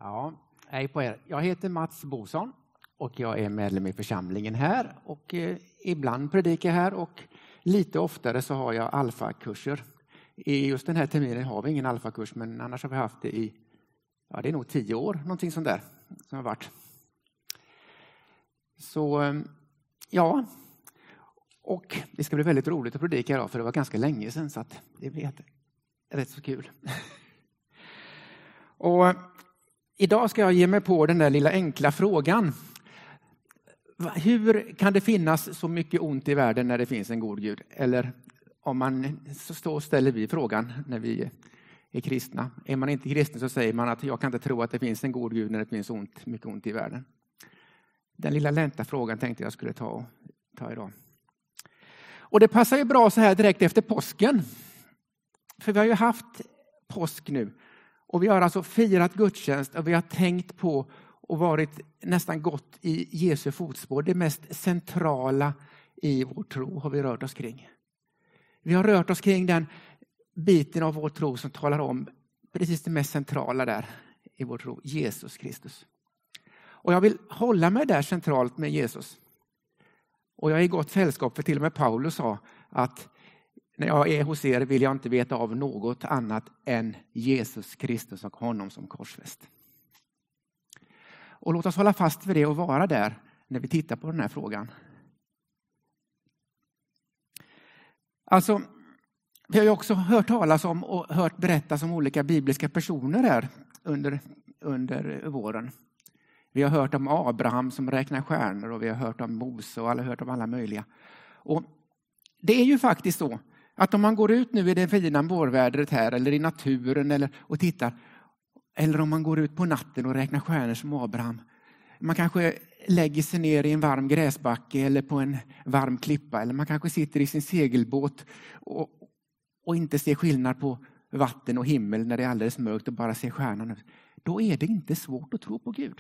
Ja, hej på er. Jag heter Mats Bosson och jag är medlem i församlingen här och ibland predikar här och lite oftare så har jag alfakurser. I just den här terminen har vi ingen alfakurs, men annars har vi haft det i, det är nog 10 år, någonting sånt där som har varit. Så ja, och det ska bli väldigt roligt att predika idag för det var ganska länge sedan så att det blir rätt så kul. Och idag ska jag ge mig på den där lilla enkla frågan. Hur kan det finnas så mycket ont i världen när det finns en god Gud? Eller om man så ställer vi frågan när vi är kristna. Är man inte kristen så säger man att jag kan inte tro att det finns en god Gud när det finns mycket ont i världen. Den lilla lätta frågan tänkte jag skulle ta idag. Och det passar ju bra så här direkt efter påsken. För vi har ju haft påsk nu. Och vi har alltså firat gudstjänst och vi har tänkt på och varit nästan gått i Jesu fotspår. Det mest centrala i vår tro har vi rört oss kring. Vi har rört oss kring den biten av vår tro som talar om precis det mest centrala där i vår tro, Jesus Kristus. Och jag vill hålla mig där centralt med Jesus. Och jag är i gott sällskap för till och med Paulus sa att när jag är hos er vill jag inte veta av något annat än Jesus Kristus och honom som korsfäst. Och låt oss hålla fast vid det och vara där när vi tittar på den här frågan. Alltså, vi har ju också hört talas om och hört berättas om olika bibliska personer här under våren. Vi har hört om Abraham som räknar stjärnor och vi har hört om Mose och alla hört om alla möjliga. Och det är ju faktiskt så att om man går ut nu i det fina vårvädret här eller i naturen och tittar, eller om man går ut på natten och räknar stjärnor som Abraham. Man kanske lägger sig ner i en varm gräsbacke eller på en varm klippa, eller man kanske sitter i sin segelbåt och inte ser skillnad på vatten och himmel när det är alldeles mörkt och bara ser stjärnorna. Då är det inte svårt att tro på Gud.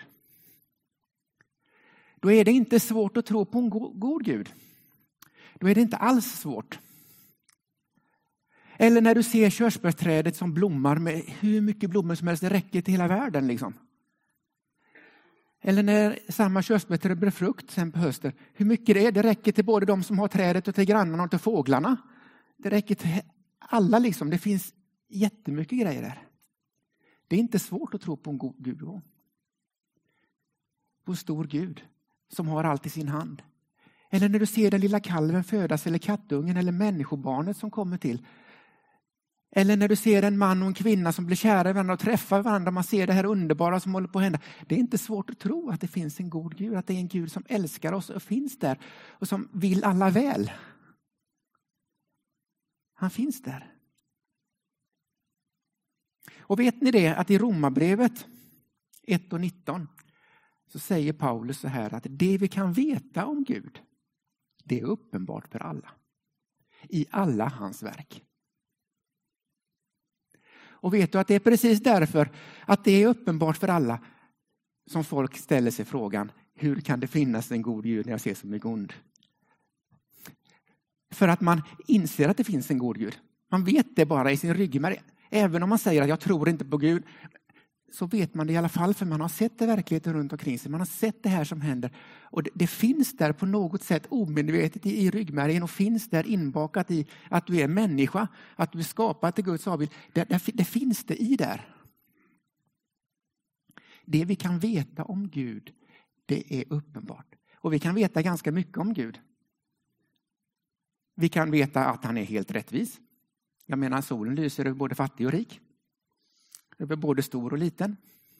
Då är det inte svårt att tro på en god Gud. Då är det inte alls svårt. Eller när du ser körsbärsträdet som blommar med hur mycket blommor som helst, det räcker till hela världen liksom. Eller när samma körsbärsträd blir frukt sen på hösten, hur mycket det är, det räcker till både de som har trädet och till grannarna och till fåglarna. Det räcker till alla liksom, det finns jättemycket grejer där. Det är inte svårt att tro på en god Gud då. På en stor Gud som har allt i sin hand. Eller när du ser den lilla kalven födas eller kattungen eller människobarnet som kommer till. Eller när du ser en man och en kvinna som blir kära i varandra och träffar varandra. Man ser det här underbara som håller på att hända. Det är inte svårt att tro att det finns en god Gud. Att det är en Gud som älskar oss och finns där. Och som vill alla väl. Han finns där. Och vet ni det att i Romarbrevet 1:19 så säger Paulus så här att det vi kan veta om Gud, det är uppenbart för alla. I alla hans verk. Och vet du att det är precis därför att det är uppenbart för alla som folk ställer sig frågan, hur kan det finnas en god Gud när jag ser så mycket ond? För att man inser att det finns en god Gud. Man vet det bara i sin ryggmärg. Även om man säger att jag tror inte på Gud, så vet man det i alla fall för man har sett det verkligheten runt omkring sig. Man har sett det här som händer. Och det finns där på något sätt omedvetet i ryggmärgen och finns där inbakat i att du är människa. Att du är skapad till Guds avbild. Det finns det i där. Det vi kan veta om Gud, det är uppenbart. Och vi kan veta ganska mycket om Gud. Vi kan veta att han är helt rättvis. Jag menar solen lyser över både fattig och rik. Över både stor och liten.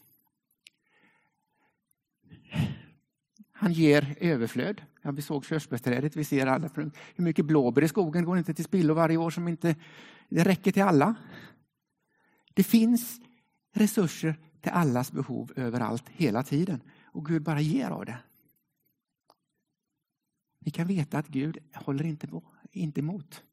Han ger överflöd. Ja, vi såg körsbärsträdet. Vi ser alla. Hur mycket blåbär i skogen går inte till spillo varje år som inte det räcker till alla. Det finns resurser till allas behov överallt hela tiden. Och Gud bara ger av det. Vi kan veta att Gud håller inte emot.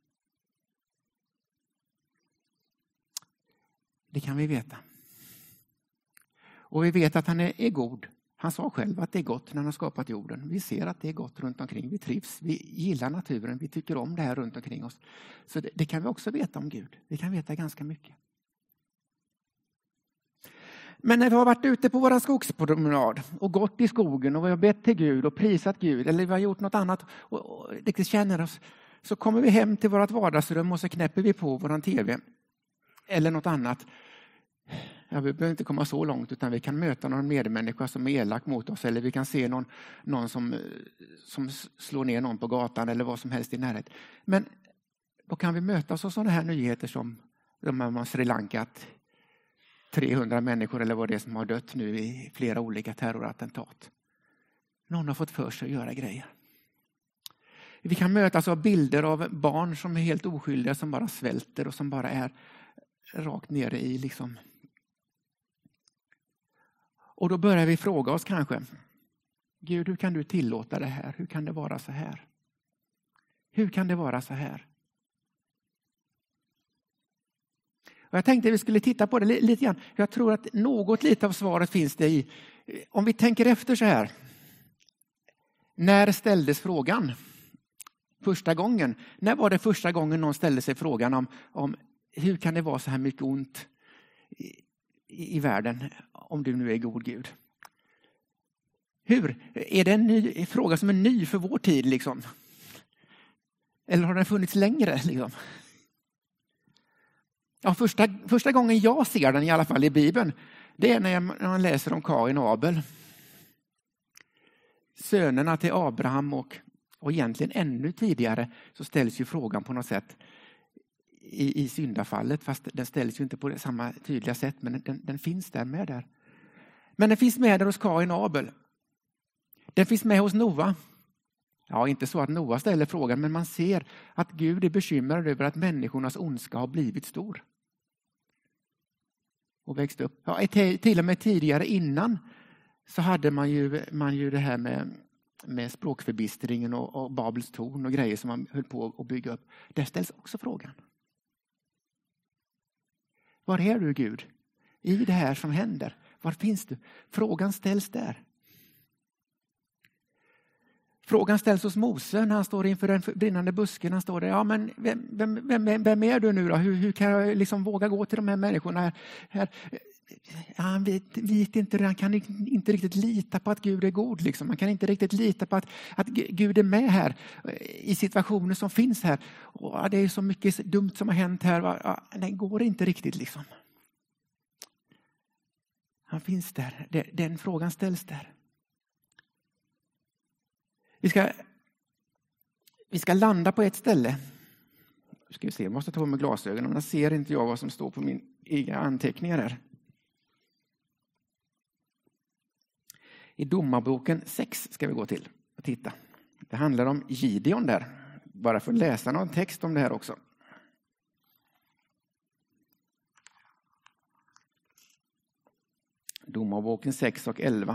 Det kan vi veta. Och vi vet att han är god. Han sa själv att det är gott när han har skapat jorden. Vi ser att det är gott runt omkring. Vi trivs, vi gillar naturen, vi tycker om det här runt omkring oss. Så det kan vi också veta om Gud. Vi kan veta ganska mycket. Men när vi har varit ute på vår skogspromenad och gått i skogen och vi har bett till Gud och prisat Gud eller vi har gjort något annat och riktigt känner oss, så kommer vi hem till vårt vardagsrum och så knäpper vi på våran tv eller något annat. Ja, vi behöver inte komma så långt, utan vi kan möta någon medmänniska som är elak mot oss, eller vi kan se någon som slår ner någon på gatan eller vad som helst i närhet. Men då kan vi mötas av sådana här nyheter som de här Sri Lanka, att 300 människor eller vad det är som har dött nu i flera olika terrorattentat. Någon har fått för sig att göra grejer. Vi kan mötas av bilder av barn som är helt oskyldiga, som bara svälter och som bara är rakt nere i liksom. Och då börjar vi fråga oss kanske: Gud, hur kan du tillåta det här? Hur kan det vara så här? Hur kan det vara så här? Och jag tänkte att vi skulle titta på det lite grann. Jag tror att något lite av svaret finns det i, om vi tänker efter så här. När ställdes frågan? Första gången. När var det första gången någon ställde sig frågan om hur kan det vara så här mycket ont i världen, om du nu är god Gud? Hur? Är det en fråga som är ny för vår tid liksom? Eller har den funnits längre liksom? Ja, första gången jag ser den i alla fall i Bibeln, det är när man läser om Kain och Abel. Sönerna till Abraham och egentligen ännu tidigare så ställs ju frågan på något sätt i syndafallet, fast den ställs ju inte på samma tydliga sätt, men den finns där med där. Men den finns med där hos Kain och Abel. Den finns med hos Noa. Ja, inte så att Noa ställer frågan, men man ser att Gud är bekymrad över att människornas ondska har blivit stor. Och växt upp. Ja, till och med tidigare innan så hade man ju det här med språkförbistringen och Babels torn och grejer som man höll på att bygga upp. Där ställs också frågan: var är du Gud? I det här som händer. Var finns du? Frågan ställs där. Frågan ställs hos Mose när han står inför den brinnande busken. Han står där: ja, men vem är du nu då? Hur kan jag liksom våga gå till de här människorna här? Han vet inte, han kan inte riktigt lita på att Gud är god. Liksom. Man kan inte riktigt lita på att Gud är med här i situationer som finns här. Och det är så mycket dumt som har hänt här. Det går inte riktigt liksom. Han finns där. Den frågan ställs där. Vi ska landa på ett ställe. Ska vi se, jag måste ta på mig glasögonen. Annars ser inte jag vad som står på min egna anteckningar här. I Domarboken 6 ska vi gå till och titta. Det handlar om Gideon där. Bara för att läsa någon text om det här också. Domarboken 6 och 11.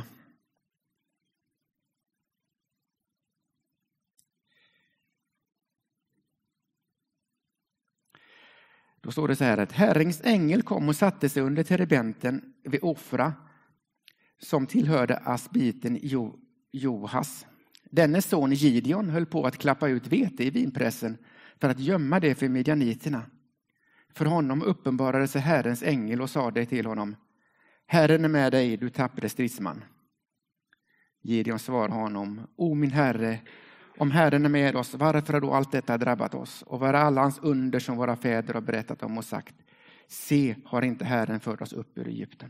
Då står det så här att Herrens ängel kom och satte sig under terebenten vid Ofra, som tillhörde asbiten Johas. Dennes son Gideon höll på att klappa ut vete i vinpressen för att gömma det för midjaniterna. För honom uppenbarade sig Herrens ängel och sade till honom: Herren är med dig, du tappre stridsman. Gideon svarade honom: O min herre, om Herren är med oss, varför har då allt detta drabbat oss? Och var alla hans under som våra fäder har berättat om och sagt: se, har inte Herren fört oss upp ur Egypten?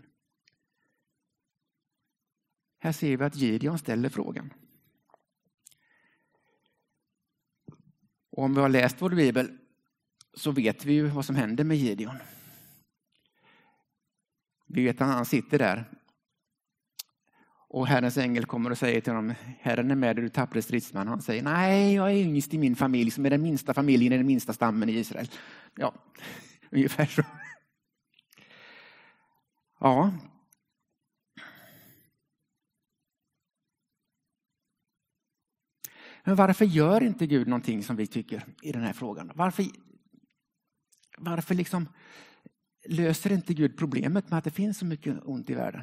Här ser vi att Gideon ställer frågan. Och om vi har läst vår bibel så vet vi ju vad som händer med Gideon. Vi vet att han sitter där. Och Herrens ängel kommer och säger till honom: Herren är med dig, du tappre stridsman. Han säger: nej, jag är yngst i min familj, som är den minsta familjen i den minsta stammen i Israel. Ja, ungefär så. Ja. Men varför gör inte Gud någonting som vi tycker i den här frågan? Varför liksom löser inte Gud problemet med att det finns så mycket ont i världen?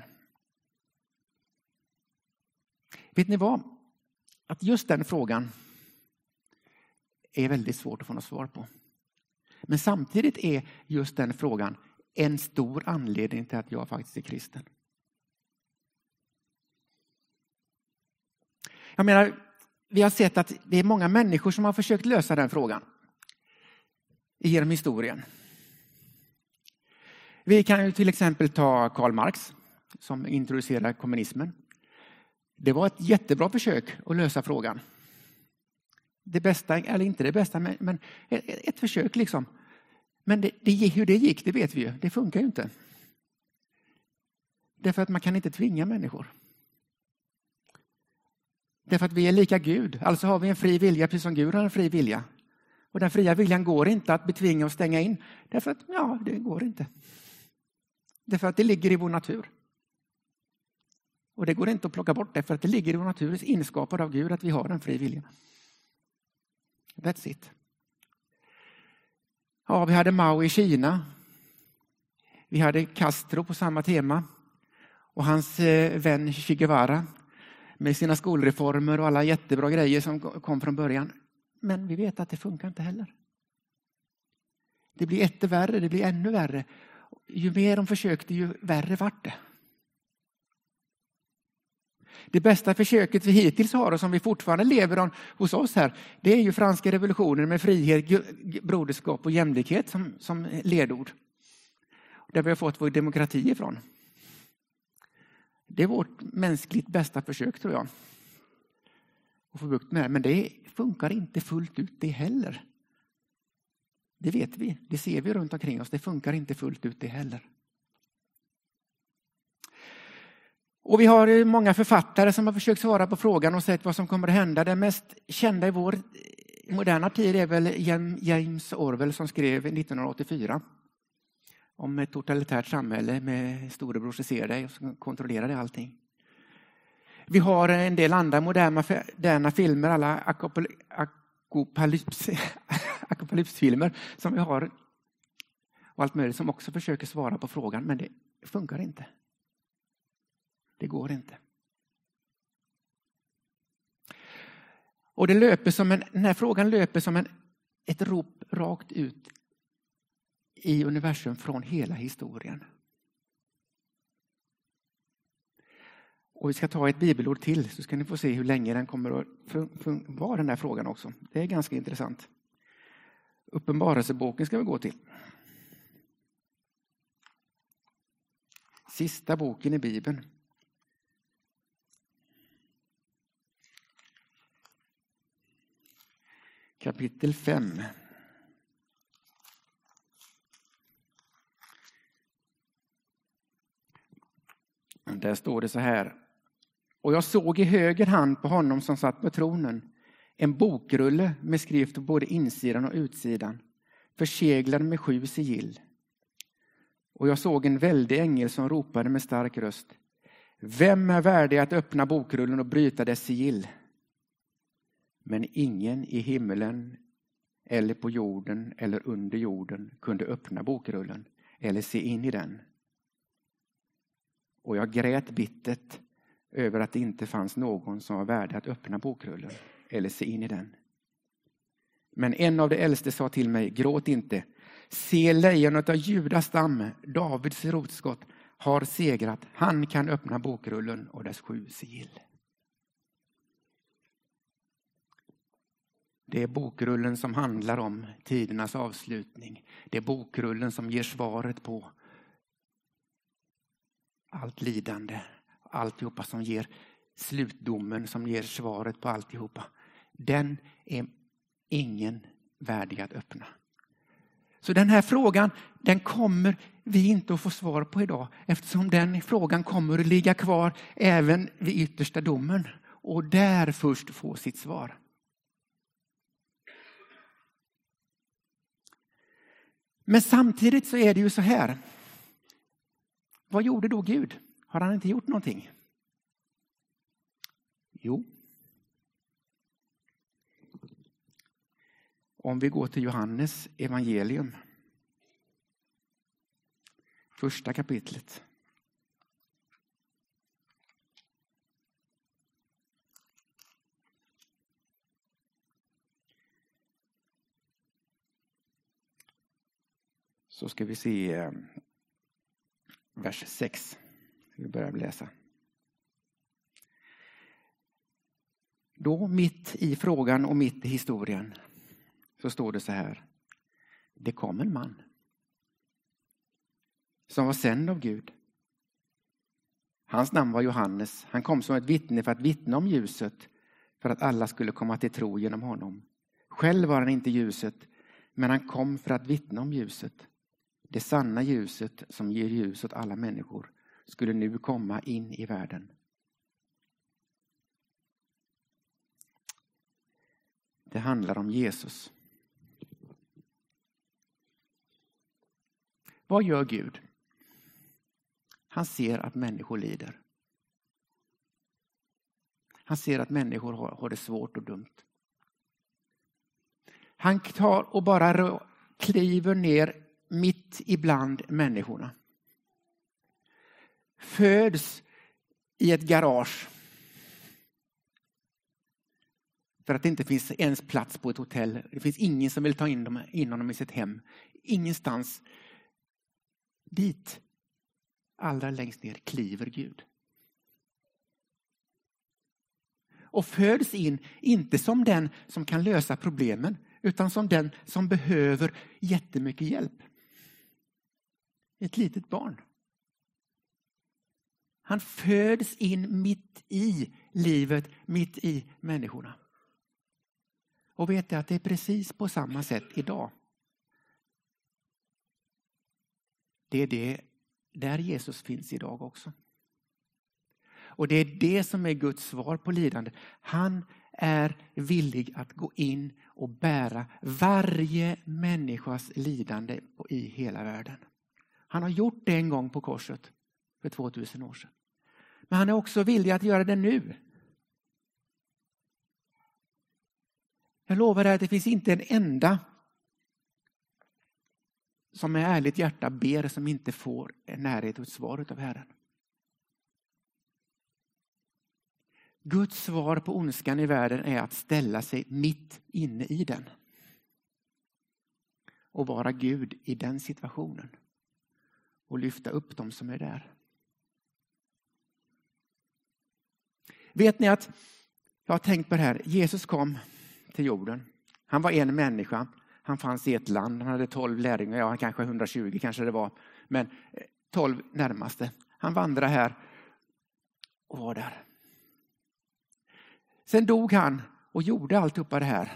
Vet ni vad? Att just den frågan är väldigt svårt att få något svar på. Men samtidigt är just den frågan en stor anledning till att jag faktiskt är kristen. Jag menar, vi har sett att det är många människor som har försökt lösa den frågan genom historien. Vi kan ju till exempel ta Karl Marx som introducerade kommunismen. Det var ett jättebra försök att lösa frågan. Det bästa, eller inte det bästa, men ett försök liksom. Men hur det gick, det vet vi ju. Det funkar ju inte. Därför att man kan inte tvinga människor. Därför att vi är lika Gud. Alltså har vi en fri vilja precis som Gud har en fri vilja. Och den fria viljan går inte att betvinga och stänga in. Därför att, det går inte. Därför att det ligger i vår natur. Och det går inte att plocka bort därför att det ligger i vår natur, inskapad av Gud, att vi har en fri vilja. That's it. Ja, vi hade Mao i Kina. Vi hade Castro på samma tema. Och hans vän Che Guevara med sina skolreformer och alla jättebra grejer som kom från början. Men vi vet att det funkar inte heller. Det blir etter värre, det blir ännu värre. Ju mer de försökte, ju värre vart det. Det bästa försöket vi hittills har och som vi fortfarande lever hos oss här, det är ju franska revolutionen med frihet, broderskap och jämlikhet som ledord. Där vi har fått vår demokrati ifrån. Det är vårt mänskligt bästa försök, tror jag. Att få bukt med det. Men det funkar inte fullt ut det heller. Det vet vi. Det ser vi runt omkring oss. Det funkar inte fullt ut det heller. Och vi har många författare som har försökt svara på frågan och sett vad som kommer att hända. Den mest kända i vår moderna tid är väl James Orwell som skrev 1984 om ett totalitärt samhälle med storebror som ser dig och som kontrollerar det allting. Vi har en del andra moderna filmer, alla apokalypsfilmer som vi har och allt möjligt som också försöker svara på frågan, men det funkar inte. Det går inte. Och den här frågan löper som ett rop rakt ut i universum från hela historien. Och vi ska ta ett bibelord till så ska ni få se hur länge den kommer att vara den här frågan också. Det är ganska intressant. Uppenbarelseboken ska vi gå till. Sista boken i Bibeln. Kapitel 5. Där står det så här. Och jag såg i höger hand på honom som satt på tronen en bokrulle med skrift på både insidan och utsidan, förseglad med 7 sigill. Och jag såg en väldig ängel som ropade med stark röst. Vem är värdig att öppna bokrullen och bryta dess sigill? Men ingen i himmelen eller på jorden eller under jorden kunde öppna bokrullen eller se in i den. Och jag grät bittert över att det inte fanns någon som var värdig att öppna bokrullen eller se in i den. Men en av de äldste sa till mig, gråt inte. Se, lejonet av Judas stam, Davids rotskott, har segrat. Han kan öppna bokrullen och dess 7 sigill. Det är bokrullen som handlar om tidernas avslutning. Det är bokrullen som ger svaret på allt lidande. Alltihopa som ger slutdomen, som ger svaret på alltihopa. Den är ingen värdig att öppna. Så den här frågan, den kommer vi inte att få svar på idag. Eftersom den frågan kommer att ligga kvar även vid yttersta domen. Och där först få sitt svar. Men samtidigt så är det ju så här. Vad gjorde då Gud? Har han inte gjort någonting? Jo. Om vi går till Johannes evangelium. 1:a kapitlet. Så ska vi se vers 6. Vi börjar läsa. Då mitt i frågan och mitt i historien så står det så här. Det kom en man som var sänd av Gud. Hans namn var Johannes. Han kom som ett vittne för att vittna om ljuset, för att alla skulle komma till tro genom honom. Själv var han inte ljuset, men han kom för att vittna om ljuset. Det sanna ljuset som ger ljus åt alla människor skulle nu komma in i världen. Det handlar om Jesus. Vad gör Gud? Han ser att människor lider. Han ser att människor har det svårt och dumt. Han tar och bara kliver ner mitt ibland människorna. Föds i ett garage. För att det inte finns ens plats på ett hotell. Det finns ingen som vill ta in honom i sitt hem. Ingenstans. Dit, allra längst ner, kliver Gud. Och föds in, inte som den som kan lösa problemen, utan som den som behöver jättemycket hjälp. Ett litet barn. Han föds in mitt i livet, mitt i människorna. Och vet jag att det är precis på samma sätt idag. Det är det där Jesus finns idag också. Och det är det som är Guds svar på lidande. Han är villig att gå in och bära varje människas lidande i hela världen. Han har gjort det en gång på korset för 2000 år sedan. Men han är också villig att göra det nu. Jag lovar dig att det finns inte en enda som med ärligt hjärta ber som inte får en närhet och ett svar av Herren. Guds svar på ondskan i världen är att ställa sig mitt inne i den. Och vara Gud i den situationen. Och lyfta upp dem som är där. Vet ni att jag har tänkt på det här. Jesus kom till jorden. Han var en människa. Han fanns i ett land. Han hade 12 lärjungar. Ja, kanske 120 kanske det var. Men 12 närmaste. Han vandrade här och var där. Sen dog han och gjorde alltihopa det här.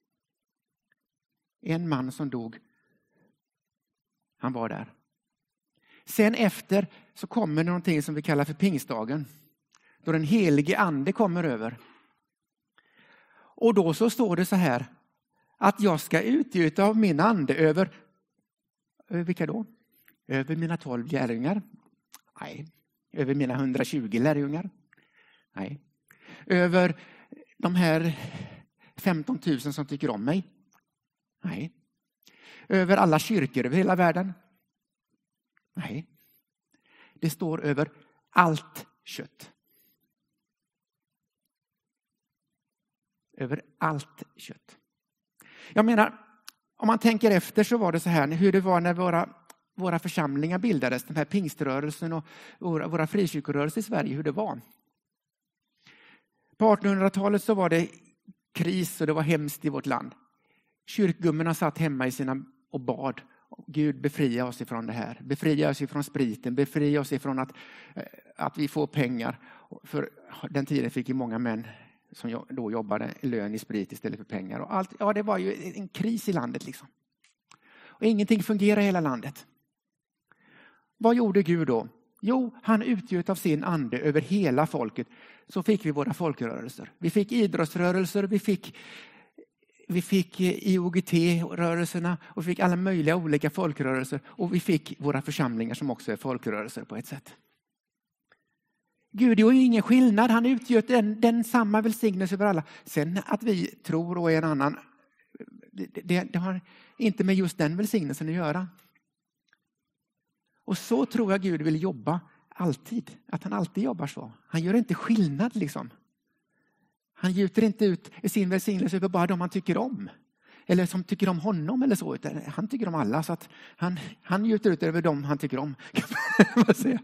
En man som dog. Han var där. Sen efter så kommer det någonting som vi kallar för pingstdagen. Då den helige ande kommer över. Och då så står det så här. Att jag ska utgjuta av min ande över vilka då? Över mina 12 lärjungar? Nej. Över mina 120 lärjungar? Nej. Över de här 15 000 som tycker om mig? Nej. Över alla kyrkor över hela världen? Nej. Det står över allt kött. Över allt kött. Jag menar, om man tänker efter så var det så här hur det var när våra församlingar bildades. Den här pingströrelsen och våra frikyrkorörelser i Sverige, hur det var. På 1800-talet så var det kris och det var hemskt i vårt land. Kyrkgummorna satt hemma i sina och bad. Gud, befria oss ifrån det här. Befria oss ifrån spriten. Befria oss ifrån att vi får pengar. För den tiden fick ju många män som då jobbade lön i sprit istället för pengar. Och allt, ja, det var ju en kris i landet liksom. Och ingenting fungerade i hela landet. Vad gjorde Gud då? Jo, han utgjöt av sin ande över hela folket. Så fick vi våra folkrörelser. Vi fick idrottsrörelser, vi fick IOGT-rörelserna och vi fick alla möjliga olika folkrörelser. Och vi fick våra församlingar som också är folkrörelser på ett sätt. Gud är ju ingen skillnad. Han utgöt den samma välsignelse över alla. Sen att vi tror och är en annan, det har inte med just den välsignelsen att göra. Och så tror jag Gud vill jobba alltid. Att han alltid jobbar så. Han gör inte skillnad liksom. Han gjuter inte ut sin välsignelse över bara de han tycker om. Eller som tycker om honom eller så. Utan han tycker om alla. Så att han gjuter ut över dem han tycker om.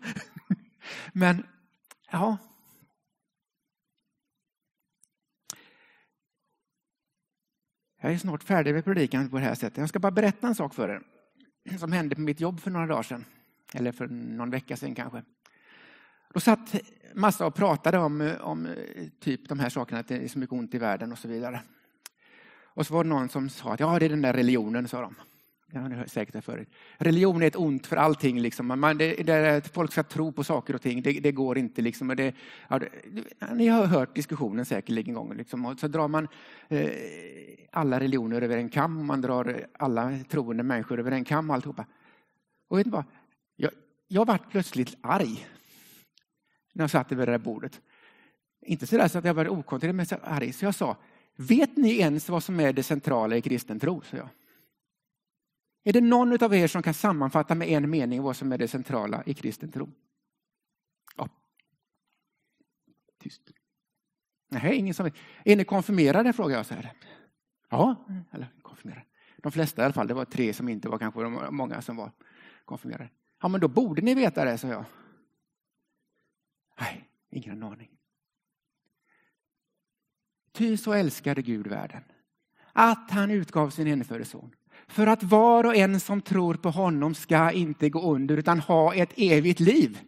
Men ja. Jag är snart färdig med predikan på det här sättet. Jag ska bara berätta en sak för er. Som hände på mitt jobb för några dagar sedan. Eller för någon vecka sedan kanske. Då satt massa och pratade om typ de här sakerna. Att det är så mycket ont i världen och så vidare. Och så var det någon som sa att ja, det är den där religionen, sa de. Det har ni säkert förut. Religion är ett ont för allting. Liksom. Det är att folk ska tro på saker och ting. Det går inte. Liksom. Ni har hört diskussionen säkert en gång. Liksom. Och så drar man alla religioner över en kam. Man drar alla troende människor över en kam. Och alltihopa. Och vet ni vad? Jag var plötsligt arg. När jag satt över det där bordet. Inte så där så att jag var okontrollerad, men så arg. Så jag sa, vet ni ens vad som är det centrala i kristen tro? Så jag. Är det någon av er som kan sammanfatta med en mening vad som är det centrala i kristen tro? Ja. Tyst. Nej, ingen som vet. Är ni konfirmerade, frågar jag så här. Ja, eller konfirmerade. De flesta i alla fall, det var 3 som inte var, kanske många som var konfirmerade. Ja, men då borde ni veta det, så jag. Nej, ingen aning. Ty så älskade Gud världen, att han utgav sin enfödde son. För att var och en som tror på honom ska inte gå under utan ha ett evigt liv.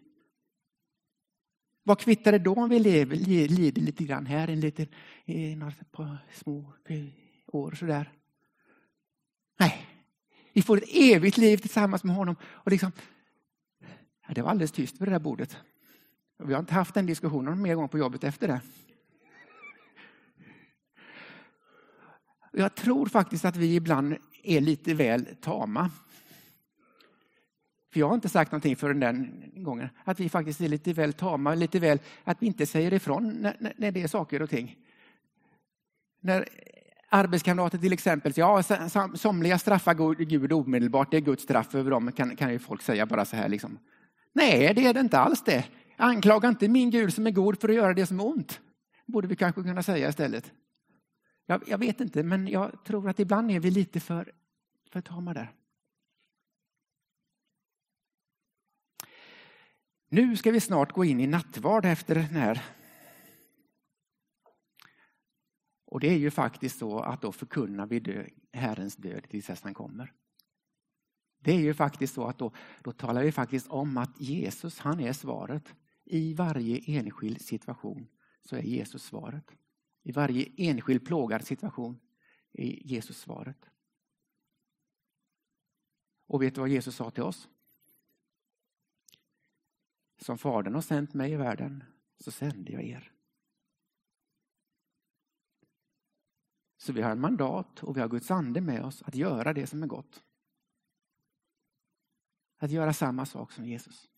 Vad kvittar det då om vi lider lite grann här, på små år sådär? Nej, vi får ett evigt liv tillsammans med honom. Och liksom, ja, det var alldeles tyst vid det där bordet. Och vi har inte haft den diskussionen mer gång på jobbet efter det. Jag tror faktiskt att vi ibland är lite väl tama. För jag har inte sagt någonting för den gången. Att vi faktiskt är lite väl tama. Lite väl att vi inte säger ifrån när det är saker och ting. När arbetskamrater till exempel säger ja, somliga straffar Gud omedelbart. Det är Guds straff över dem. Kan ju folk säga bara så här liksom. Nej, det är det inte alls det. Anklaga inte min Gud som är god för att göra det som är ont. Borde vi kanske kunna säga istället. Jag vet inte, men jag tror att ibland är vi lite för tama där. Nu ska vi snart gå in i nattvard efter den här. Och det är ju faktiskt så att då förkunnar vi Herrens död tills han kommer. Det är ju faktiskt så att då talar vi faktiskt om att Jesus, han är svaret. I varje enskild situation så är Jesus svaret. I varje enskild plågad situation är Jesus svaret. Och vet du vad Jesus sa till oss? Som Fadern har sänt mig i världen så sände jag er. Så vi har en mandat och vi har Guds ande med oss att göra det som är gott. Att göra samma sak som Jesus.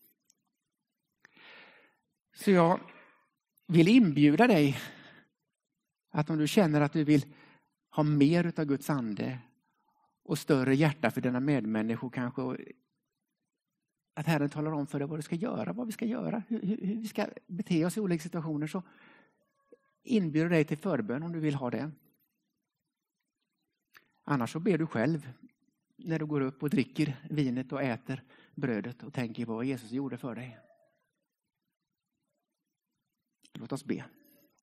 Så jag vill inbjuda dig att om du känner att du vill ha mer av Guds ande och större hjärta för dina medmänniskor kanske. Att Herren talar om för dig vad du ska göra, vad vi ska göra, hur vi ska bete oss i olika situationer. Så inbjuder dig till förbön om du vill ha det. Annars så ber du själv när du går upp och dricker vinet och äter brödet och tänker på vad Jesus gjorde för dig. Låt oss be.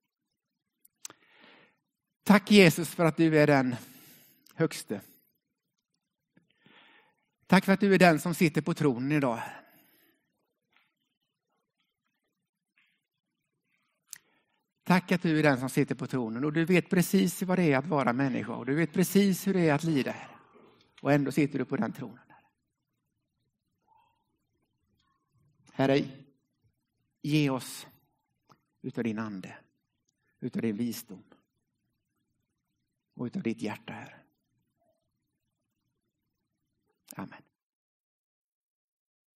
Tack Jesus för att du är den högste. Tack för att du är den som sitter på tronen idag. Tack att du är den som sitter på tronen och du vet precis vad det är att vara människa och du vet precis hur det är att lida här. Och ändå sitter du på den tronen. Herre, ge oss utav din ande, utav din visdom och utav ditt hjärta, Herre.